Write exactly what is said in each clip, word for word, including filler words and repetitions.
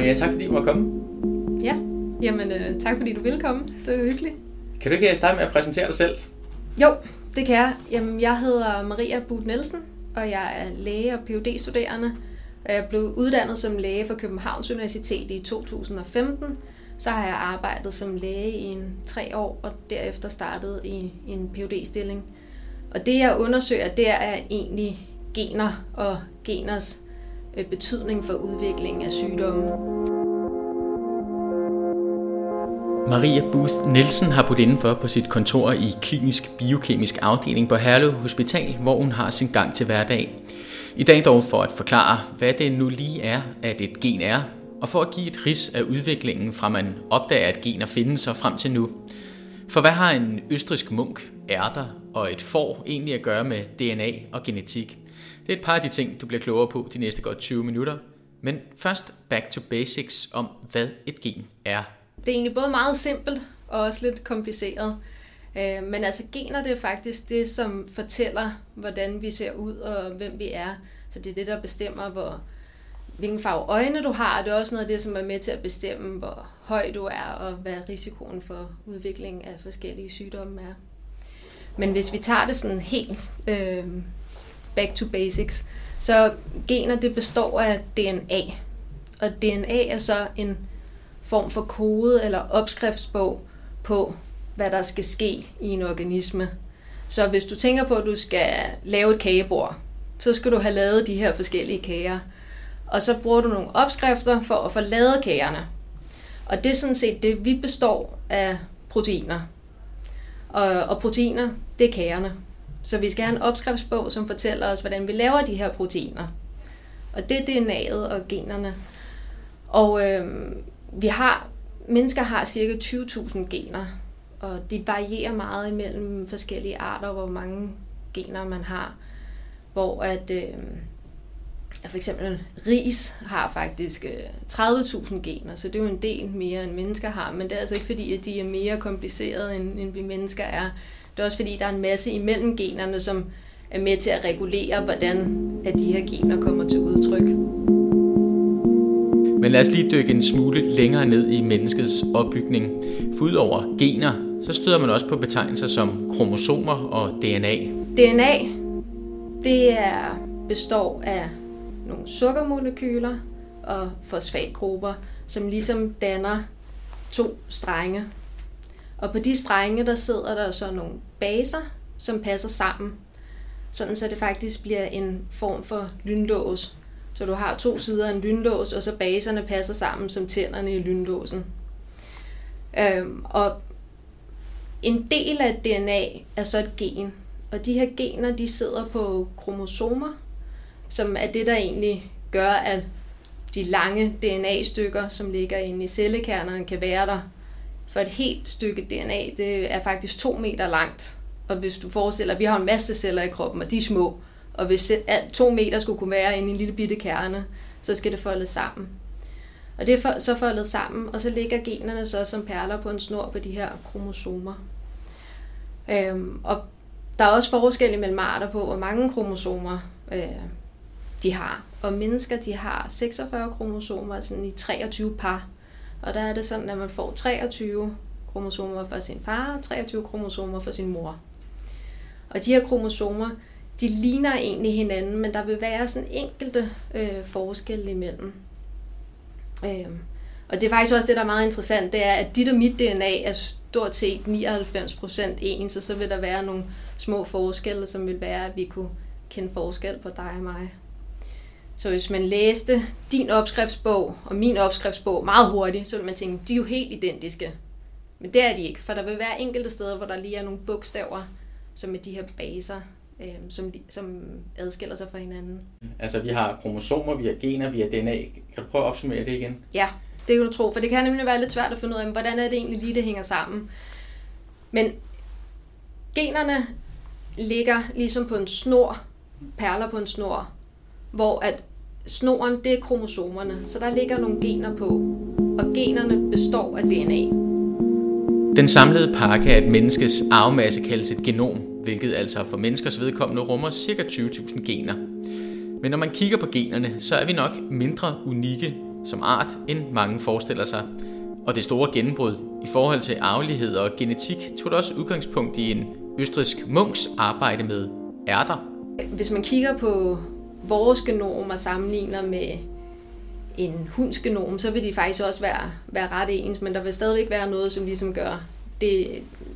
Maria, tak fordi du var kommet. Ja, jamen øh, tak fordi du ville komme. Det var hyggeligt. Kan du ikke starte med at præsentere dig selv? Jo, det kan jeg. Jamen, jeg hedder Maria Buht Nielsen, og jeg er læge og P H D-studerende. Jeg blev uddannet som læge fra Københavns Universitet i to tusind og femten. Så har jeg arbejdet som læge i en tre år, og derefter startet i en P H D-stilling. Og det jeg undersøger, det er egentlig gener og geners betydning for udviklingen af sygdomme. Maria Buht Nielsen har budt indenfor på sit kontor i klinisk biokemisk afdeling på Herlev Hospital, hvor hun har sin gang til hverdag. I dag dog for at forklare, hvad det nu lige er, at et gen er, og for at give et rids af udviklingen fra man opdager, at gener findes og frem til nu. For hvad har en østrigsk munk, ærter og et får egentlig at gøre med D N A og genetik? Det er et par af de ting, du bliver klogere på de næste godt tyve minutter. Men først back to basics om, hvad et gen er. Det er egentlig både meget simpelt og også lidt kompliceret. Men altså gener, det er faktisk det, som fortæller, hvordan vi ser ud og hvem vi er. Så det er det, der bestemmer, hvor, hvilken farve øjne du har. Det er også noget af det, som er med til at bestemme, hvor høj du er og hvad risikoen for udvikling af forskellige sygdomme er. Men hvis vi tager det sådan helt øh, back to basics, så gener det består af D N A. Og D N A er så en form for kode eller opskriftsbog på, hvad der skal ske i en organisme. Så hvis du tænker på, at du skal lave et kagebord, så skal du have lavet de her forskellige kager. Og så bruger du nogle opskrifter for at få lavet kagerne. Og det er sådan set det, vi består af proteiner. Og, og proteiner, det er kagerne. Så vi skal have en opskriftsbog, som fortæller os, hvordan vi laver de her proteiner. Og det er D N A'et og generne. Og øh, vi har, mennesker har cirka tyve tusind gener, og de varierer meget imellem forskellige arter, hvor mange gener man har. Hvor at øh, for eksempel ris har faktisk øh, tredive tusind gener, så det er jo en del mere end mennesker har, men det er altså ikke fordi, at de er mere komplicerede, end, end vi mennesker er. Det er også fordi, der er en masse imellem generne, som er med til at regulere, hvordan at de her gener kommer til udtryk. Men lad os lige dykke en smule længere ned i menneskets opbygning. For udover gener, så støder man også på betegnelser som kromosomer og D N A. D N A, det er, består af nogle sukkermolekyler og fosfatgrupper, som ligesom danner to strenge. Og på de strenge, der sidder der så nogle baser, som passer sammen, sådan så det faktisk bliver en form for lynlås. Så du har to sider af en lynlås, og så baserne passer sammen som tænderne i lynlåsen. Øhm, og en del af D N A er så et gen, og de her gener, de sidder på kromosomer, som er det, der egentlig gør, at de lange D N A-stykker, som ligger inde i cellekernerne, kan være der. For et helt stykke D N A, det er faktisk to meter langt. Og hvis du forestiller, at vi har en masse celler i kroppen, og de er små, og hvis to meter skulle kunne være inde i en lille bitte kerne, så skal det foldes sammen. Og det er så foldet sammen, og så ligger generne så som perler på en snor på de her kromosomer. Øhm, og der er også forskel mellem arter på, hvor mange kromosomer øh, de har. Og mennesker, de har seksogfyrre kromosomer, sådan i treogtyve par. Og der er det sådan, at man får treogtyve kromosomer fra sin far og treogtyve kromosomer fra sin mor. Og de her kromosomer, de ligner egentlig hinanden, men der vil være sådan enkelte øh, forskelle imellem. Øh, og det er faktisk også det, der er meget interessant, det er, at dit og mit D N A er stort set nioghalvfems procent ens, og så vil der være nogle små forskelle, som vil være, at vi kunne kende forskel på dig og mig. Så hvis man læste din opskriftsbog og min opskriftsbog meget hurtigt, så vil man tænke, de er jo helt identiske. Men det er de ikke, for der vil være enkelte steder, hvor der lige er nogle bogstaver, som er de her baser, øh, som, som adskiller sig fra hinanden. Altså vi har kromosomer, vi har gener, vi har D N A. Kan du prøve at opsummere det igen? Ja, det kan du tro, for det kan nemlig være lidt svært at finde ud af, hvordan er det egentlig lige, det hænger sammen. Men generne ligger ligesom på en snor, perler på en snor, hvor at snoren, det er kromosomerne, så der ligger nogle gener på, og generne består af D N A. Den samlede pakke af et menneskes arvemasse kaldes et genom, hvilket altså for menneskers vedkommende rummer ca. tyve tusind gener. Men når man kigger på generne, så er vi nok mindre unikke, som art, end mange forestiller sig. Og det store gennembrud i forhold til arvelighed og genetik tog da også udgangspunkt i en østrigsk munks arbejde med ærter. Hvis man kigger på vores genom og sammenligner med en hunds genom, så vil de faktisk også være, være ret ens, men der vil stadigvæk være noget, som ligesom gør det,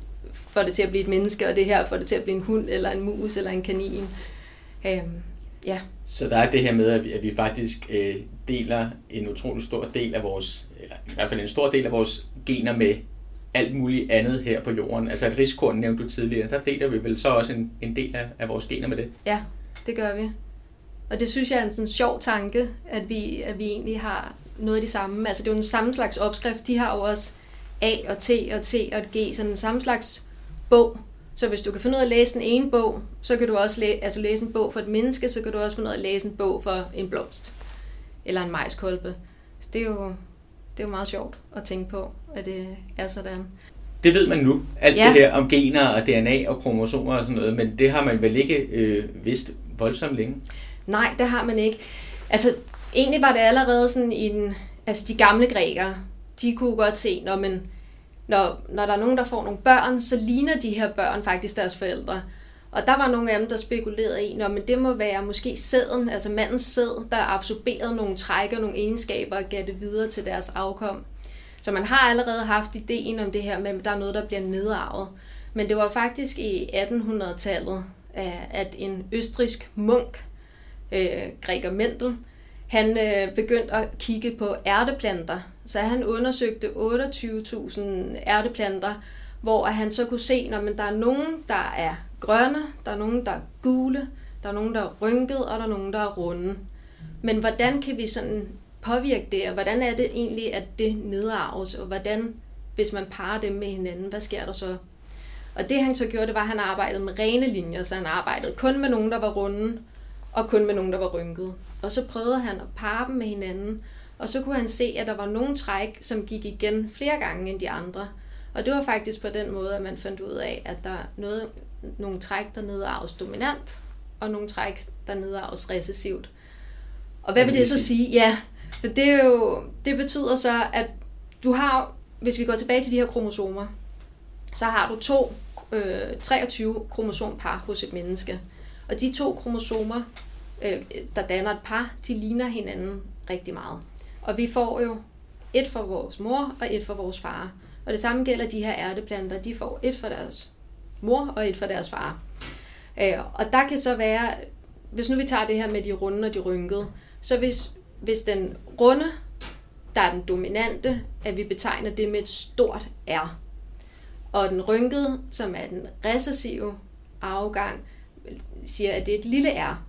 får det til at blive et menneske, og det her får det til at blive en hund, eller en mus, eller en kanin. Øhm, ja. Så der er det her med, at vi, at vi faktisk øh, deler en utrolig stor del af vores, eller i hvert fald en stor del af vores gener med alt muligt andet her på jorden. Altså et riskorn nævnte du tidligere, der deler vi vel så også en, en del af, af vores gener med det? Ja, det gør vi. Og det synes jeg er en sådan sjov tanke, at vi, at vi egentlig har noget af det samme. Altså det er jo den samme slags opskrift. De har jo også A og T og T og G, sådan den samme slags bog. Så hvis du kan finde ud af at læse den ene bog, så kan du også læ- altså læse en bog for et menneske, så kan du også finde ud af at læse en bog for en blomst. Eller en majskolbe. Så det er jo, det er jo meget sjovt at tænke på, at det er sådan. Det ved man nu, alt ja. det her om gener og D N A og kromosomer og sådan noget, men det har man vel ikke øh, vidst voldsomt længe? Nej, det har man ikke. Altså, egentlig var det allerede sådan i den, altså de gamle grækere, de kunne godt se, når, man, når, når der er nogen, der får nogle børn, så ligner de her børn faktisk deres forældre. Og der var nogle af dem, der spekulerede i, at det må være måske sæden, altså mandens sæd, der absorberede nogle træk og nogle egenskaber og gav det videre til deres afkom. Så man har allerede haft ideen om det her med, at der er noget, der bliver nedarvet. Men det var faktisk i attenhundredetallet, at en østrigsk munk, øh, Gregor Mendel, han øh, begyndte at kigge på ærteplanter. Så han undersøgte otteogtyve tusind ærteplanter, hvor han så kunne se, at der er nogen, der er grønne, der er nogen, der er gule, der er nogen, der er rynket, og der er nogen, der er runde. Men hvordan kan vi sådan påvirke det, og hvordan er det egentlig, at det nedarves, og hvordan, hvis man parer dem med hinanden, hvad sker der så? Og det han så gjorde, det var, at han arbejdede med rene linjer, så han arbejdede kun med nogen, der var runde, og kun med nogen, der var rynkede. Og så prøvede han at parre dem med hinanden, og så kunne han se, at der var nogle træk, som gik igen flere gange end de andre. Og det var faktisk på den måde, at man fandt ud af, at der er noget, nogle træk, der nedarves dominant, og nogle træk, der nedarves recessivt. Og hvad vil det så sige? Ja, for det, er jo, det betyder så, at du har, hvis vi går tilbage til de her kromosomer, så har du to, øh, treogtyve kromosompar hos et menneske. Og de to kromosomer, øh, der danner et par, de ligner hinanden rigtig meget. Og vi får jo et for vores mor og et for vores far. Og det samme gælder de her ærteplanter. De får et for deres mor og et for deres far. Øh, og der kan så være, hvis nu vi tager det her med de runde og de rynkede, så hvis, hvis den runde, der er den dominante, at vi betegner det med et stort R. Og den rynkede, som er den recessive afgang, siger, at det er et lille R.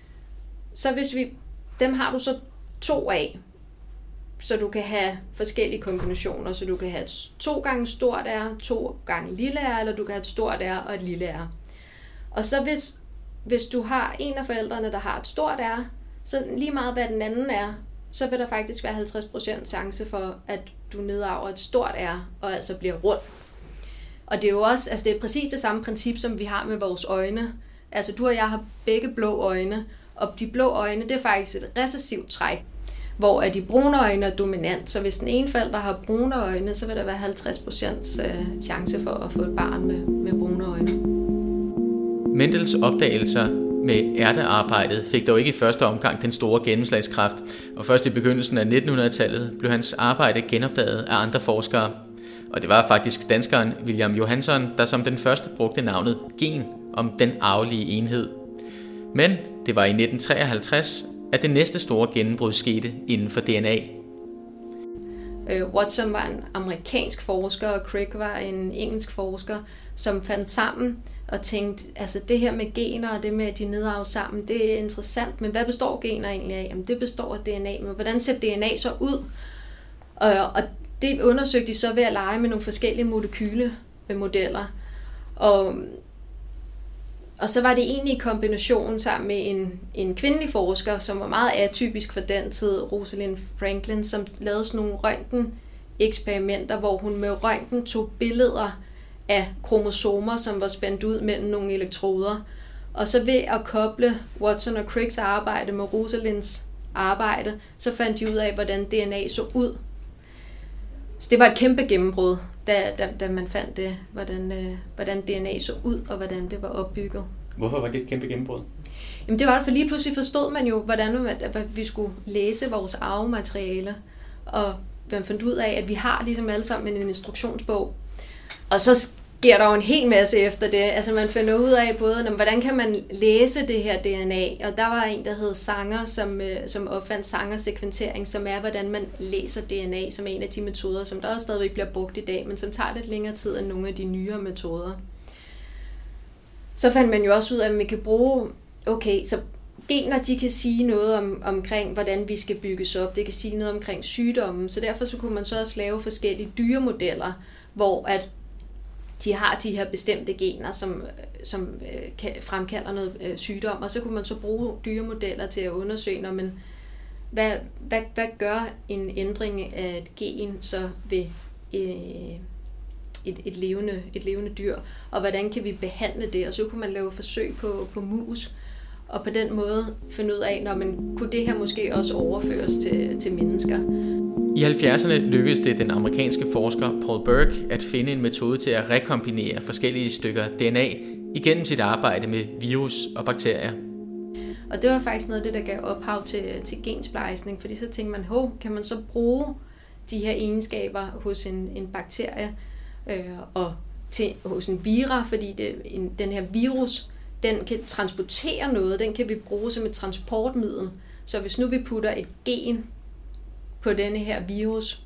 Så hvis vi, dem har du så to af, så du kan have forskellige kombinationer, så du kan have et to gange stort R, to gange lille R, eller du kan have et stort R og et lille R. Og så hvis, hvis du har en af forældrene, der har et stort R, så lige meget hvad den anden er, så vil der faktisk være halvtreds procent chance for, at du nedarver et stort R, og altså bliver rund. Og det er jo også, altså det er præcis det samme princip, som vi har med vores øjne. Altså du og jeg har begge blå øjne, og de blå øjne, det er faktisk et recessivt træk, hvor de brune øjne er dominant. Så hvis den ene forælder har brune øjne, så vil der være halvtreds procent chance for at få et barn med, med brune øjne. Mendels opdagelser med ærtearbejdet fik dog ikke i første omgang den store gennemslagskraft, og først i begyndelsen af nittenhundredetallet blev hans arbejde genopdaget af andre forskere. Og det var faktisk danskeren William Johansson, der som den første brugte navnet gen om den arvelige enhed. Men det var i nitten treoghalvtreds, at det næste store gennembrud skete inden for D N A. Watson var en amerikansk forsker, og Crick var en engelsk forsker, som fandt sammen og tænkte, altså det her med gener og det med, at de nedarves sammen, det er interessant, men hvad består gener egentlig af? Jamen det består af D N A, men hvordan ser D N A så ud? Og, og det undersøgte de så ved at lege med nogle forskellige molekylemodeller. Og, og så var det egentlig i kombination sammen med en, en kvindelig forsker, som var meget atypisk for den tid, Rosalind Franklin, som lavede sådan nogle røntgen-eksperimenter, hvor hun med røntgen tog billeder af kromosomer, som var spændt ud mellem nogle elektroder. Og så ved at koble Watson og Cricks arbejde med Rosalinds arbejde, så fandt de ud af, hvordan D N A så ud. Så det var et kæmpe gennembrud, da, da, da man fandt det, hvordan, øh, hvordan D N A så ud, og hvordan det var opbygget. Hvorfor var det et kæmpe gennembrud? Jamen det var det, for lige pludselig forstod man jo, hvordan man, vi skulle læse vores arvemateriale, og man fandt ud af, at vi har ligesom alle sammen en instruktionsbog. Og så sker der jo en hel masse efter det. Altså man finder ud af både, hvordan kan man læse det her D N A, og der var en, der hed Sanger, som, som opfandt Sanger-sekventering, som er, hvordan man læser D N A, som er en af de metoder, som der også stadigvæk bliver brugt i dag, men som tager lidt længere tid end nogle af de nyere metoder. Så fandt man jo også ud af, at man kan bruge, okay, så gener, de kan sige noget om, omkring, hvordan vi skal bygges op. Det kan sige noget omkring sygdommen. Så derfor så kunne man så også lave forskellige dyremodeller, hvor at de har de her bestemte gener, som, som øh, kan fremkalder noget øh, sygdom. Og så kunne man så bruge dyremodeller til at undersøge, når man, hvad, hvad, hvad gør en ændring af et gen så ved øh, et, et, levende, et levende dyr, og hvordan kan vi behandle det? Og så kunne man lave forsøg på, på mus, og på den måde finde ud af, når man kunne det her måske også overføres til, til mennesker. I halvfjerdserne lykkedes det den amerikanske forsker Paul Berg at finde en metode til at rekombinere forskellige stykker D N A igennem sit arbejde med virus og bakterier. Og det var faktisk noget af det, der gav ophav til, til gensplejsning, fordi så tænkte man, hov, kan man så bruge de her egenskaber hos en, en bakterie øh, og til, hos en vira, fordi det, en, den her virus, den kan transportere noget, den kan vi bruge som et transportmiddel. Så hvis nu vi putter et gen på denne her virus,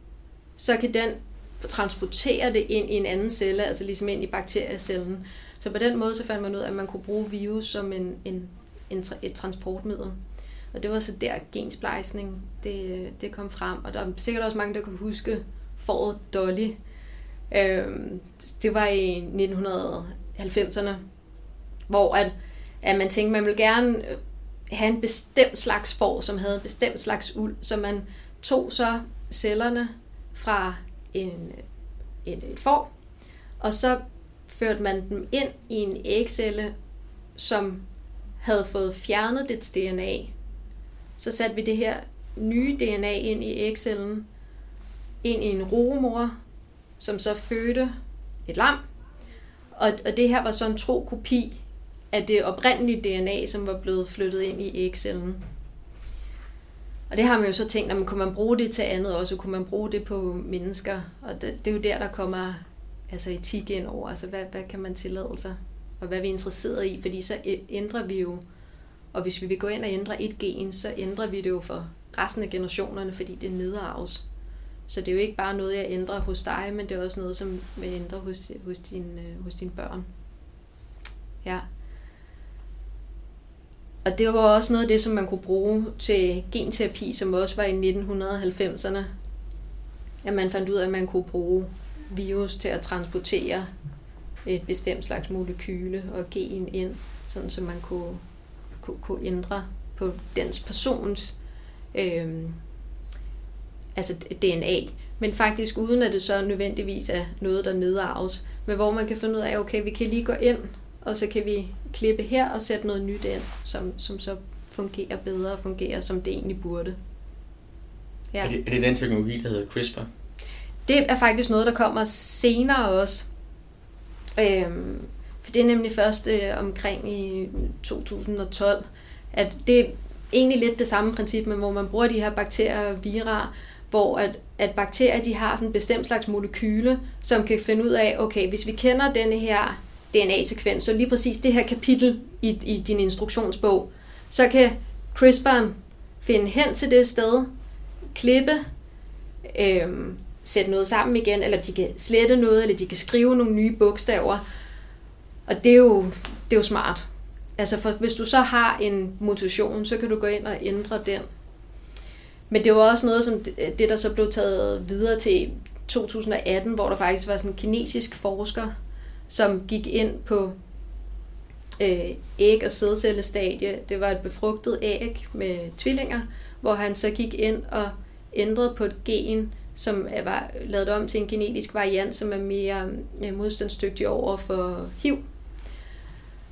så kan den transportere det ind i en anden celle, altså ligesom ind i bakteriecellen. Så på den måde så fandt man ud af, at man kunne bruge virus som en, en, en, et transportmiddel. Og det var så der gensplejsning, det, det kom frem. Og der er sikkert også mange, der kan huske fåret Dolly. Øhm, det var i nitten halvfemserne, hvor at, at man tænkte, man ville gerne have en bestemt slags får, som havde en bestemt slags uld, så man tog så cellerne fra en, en, et får, og så førte man dem ind i en ægcelle, som havde fået fjernet dets D N A. Så satte vi det her nye D N A ind i ægcellen, ind i en rugemor, som så fødte et lam, og, og det her var så en tro kopi af det oprindelige D N A, som var blevet flyttet ind i ægcellen. Og det har man jo så tænkt, at man kunne man bruge det til andet også, kunne man bruge det på mennesker. Og det, det er jo der, der kommer altså etik ind over, altså hvad, hvad kan man tillade sig, og hvad er vi interesseret i, fordi så ændrer vi jo, og hvis vi vil gå ind og ændre et gen, så ændrer vi det jo for resten af generationerne, fordi det nedarves. Så det er jo ikke bare noget, jeg ændrer hos dig, men det er også noget, som jeg ændrer hos, hos, din, hos dine børn. Ja. Og det var også noget af det, som man kunne bruge til genterapi, som også var i nitten halvfemserne. At man fandt ud af, at man kunne bruge virus til at transportere et bestemt slags molekyle og gen ind, sådan så man kunne, kunne, kunne ændre på dens persons øh, altså D N A. Men faktisk uden at det så nødvendigvis er noget, der nedarves. Men hvor man kan finde ud af, okay, vi kan lige gå ind, og så kan vi klippe her og sætte noget nyt ind, som, som så fungerer bedre og fungerer, som det egentlig burde. Ja. Er, det, er det den teknologi, der hedder CRISPR? Det er faktisk noget, der kommer senere også. Øhm, for det er nemlig først øh, omkring i to tusind og tolv, at det er egentlig lidt det samme princip, men hvor man bruger de her bakterier og vira, hvor at, at bakterier de har sådan en bestemt slags molekyle, som kan finde ud af, okay, hvis vi kender denne her D N A-sekvens, så lige præcis det her kapitel i, i din instruktionsbog, så kan CRISPR'en finde hen til det sted, klippe, øhm, sætte noget sammen igen, eller de kan slette noget, eller de kan skrive nogle nye bogstaver. Og det er jo, det er jo smart. Altså for hvis du så har en mutation, så kan du gå ind og ændre den. Men det var også noget, som det, der så blev taget videre til to tusind og atten, hvor der faktisk var sådan en kinesisk forsker, som gik ind på øh, æg- og sædcellestadie. Det var et befrugtet æg med tvillinger, hvor han så gik ind og ændrede på et gen, som var lavet om til en genetisk variant, som er mere modstandsdygtig over for H I V.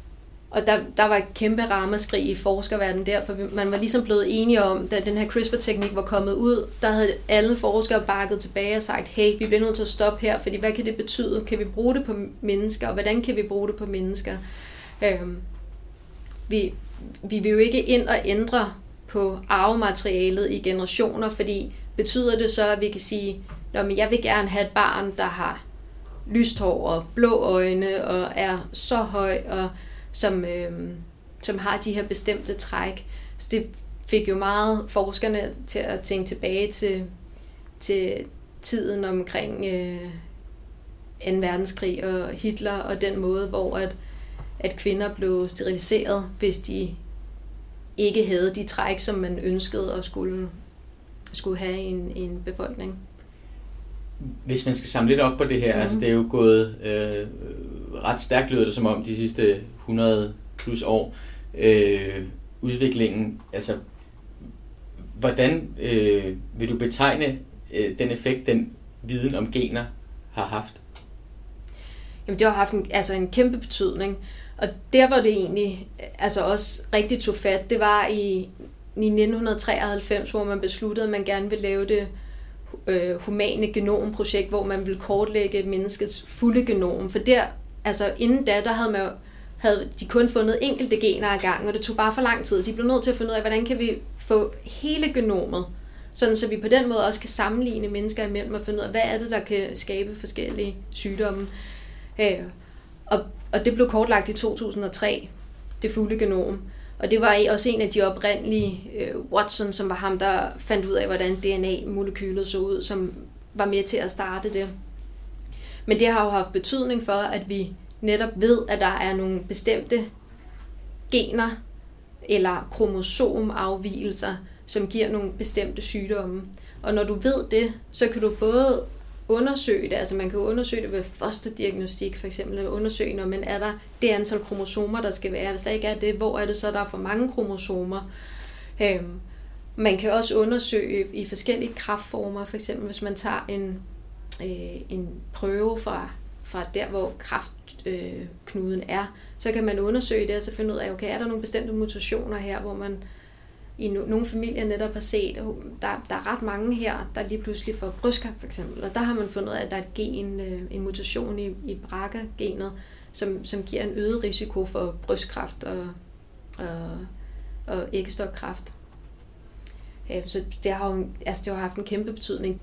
Og der, der var et kæmpe ramaskrig i forskerverdenen der, for man var ligesom blevet enige om, da den her CRISPR-teknik var kommet ud, der havde alle forskere bakket tilbage og sagt, hey, vi bliver nødt til at stoppe her, fordi hvad kan det betyde? Kan vi bruge det på mennesker, og hvordan kan vi bruge det på mennesker? Øhm, vi, vi vil jo ikke ind og ændre på arvematerialet i generationer, fordi betyder det så, at vi kan sige, men jeg vil gerne have et barn, der har lyst hår og blå øjne og er så høj, og som, øh, som har de her bestemte træk. Så det fik jo meget forskerne til at tænke tilbage til, til tiden omkring øh, anden verdenskrig og Hitler, og den måde, hvor at, at kvinder blev steriliseret, hvis de ikke havde de træk, som man ønskede og skulle, skulle have i en, i en befolkning. Hvis man skal samle lidt op på det her, mm. altså det er jo gået øh, ret stærkt, lyder det som om, de sidste hundrede plus år. Øh, udviklingen, altså hvordan øh, vil du betegne øh, den effekt, den viden om gener har haft? Jamen det har haft en, altså en kæmpe betydning, og der var det egentlig altså også rigtig tog fat, det var i, i nitten treoghalvfems, hvor man besluttede, at man gerne ville lave det øh, humane genomprojekt, hvor man ville kortlægge menneskets fulde genom, for der, altså inden da, der havde man jo, havde de kun fundet enkelte gener ad gangen, og det tog bare for lang tid. De blev nødt til at finde ud af, hvordan kan vi få hele genomet, sådan så vi på den måde også kan sammenligne mennesker imellem og finde ud af, hvad er det, der kan skabe forskellige sygdomme. Øh, og, og det blev kortlagt i to tusind og tre, det fulde genom. Og det var også en af de oprindelige, øh, Watson, som var ham, der fandt ud af, hvordan D N A-molekylet så ud, som var med til at starte det. Men det har jo haft betydning for, at vi netop ved, at der er nogle bestemte gener eller kromosomafvigelser, som giver nogle bestemte sygdomme. Og når du ved det, så kan du både undersøge det, altså man kan undersøge det ved fosterdiagnostik, for eksempel undersøge, når man er der det antal kromosomer, der skal være. Hvis der ikke er det, hvor er det så, der er for mange kromosomer? Øhm, man kan også undersøge i forskellige kræftformer, for eksempel hvis man tager en, øh, en prøve fra, fra der, hvor kræftknuden øh, er, så kan man undersøge det og så finde ud af, okay, er der nogle bestemte mutationer her, hvor man i no- nogle familier netop har set, at der, der er ret mange her, der lige pludselig får brystkræft for eksempel, og der har man fundet ud af, at der er et gen, øh, en mutation i, i B R C A-genet, som, som giver en øget risiko for brystkræft og, og, og æggestokkræft. Ja, så det har jo altså, det har haft en kæmpe betydning.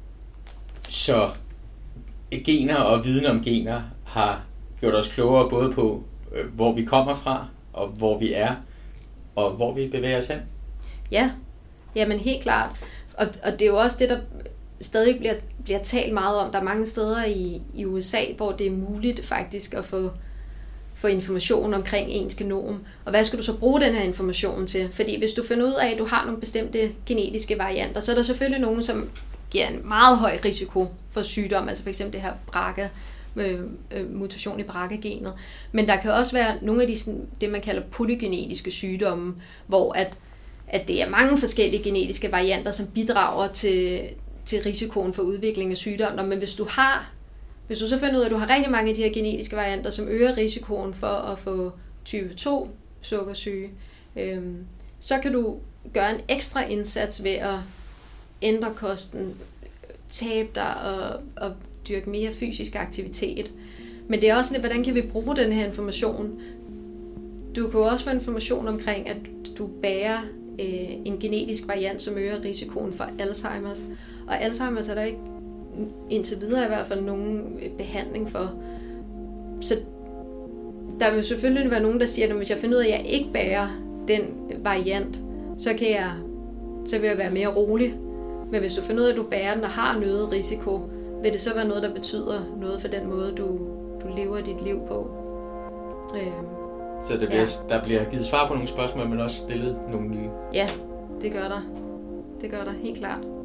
Så gener og viden om gener har gjort os klogere både på, øh, hvor vi kommer fra, og hvor vi er, og hvor vi bevæger os hen? Ja, jamen helt klart. Og, og det er jo også det, der stadig bliver, bliver talt meget om. Der er mange steder i, i U S A, hvor det er muligt faktisk at få, få information omkring ens genom. Og hvad skal du så bruge den her information til? Fordi hvis du finder ud af, at du har nogle bestemte genetiske varianter, så er der selvfølgelig nogen, som giver en meget høj risiko for sygdom, altså for eksempel det her B R C A, øh, øh, mutation i B R C A-genet. Men der kan også være nogle af de, sådan, det man kalder polygenetiske sygdomme, hvor at, at det er mange forskellige genetiske varianter, som bidrager til, til risikoen for udvikling af sygdomme. Men hvis du har, hvis du så finder ud af, at du har rigtig mange af de her genetiske varianter, som øger risikoen for at få type to sukkersyge, øh, så kan du gøre en ekstra indsats ved at ændre kosten, tabe dig og, og dyrke mere fysisk aktivitet. Men det er også lidt, hvordan kan vi bruge den her information? Du kan også få information omkring, at du bærer øh, en genetisk variant, som øger risikoen for Alzheimer's. Og Alzheimer's er der ikke indtil videre i hvert fald nogen behandling for. Så der vil selvfølgelig være nogen, der siger, at hvis jeg finder ud af, at jeg ikke bærer den variant, så kan jeg, så vil jeg være mere rolig. Men hvis du finder ud af, at du bærer den og har en øget risiko, vil det så være noget, der betyder noget for den måde, du, du lever dit liv på. Øhm, så der bliver, ja. der bliver givet svar på nogle spørgsmål, men også stillet nogle nye? Ja, det gør der. Det gør der, helt klart.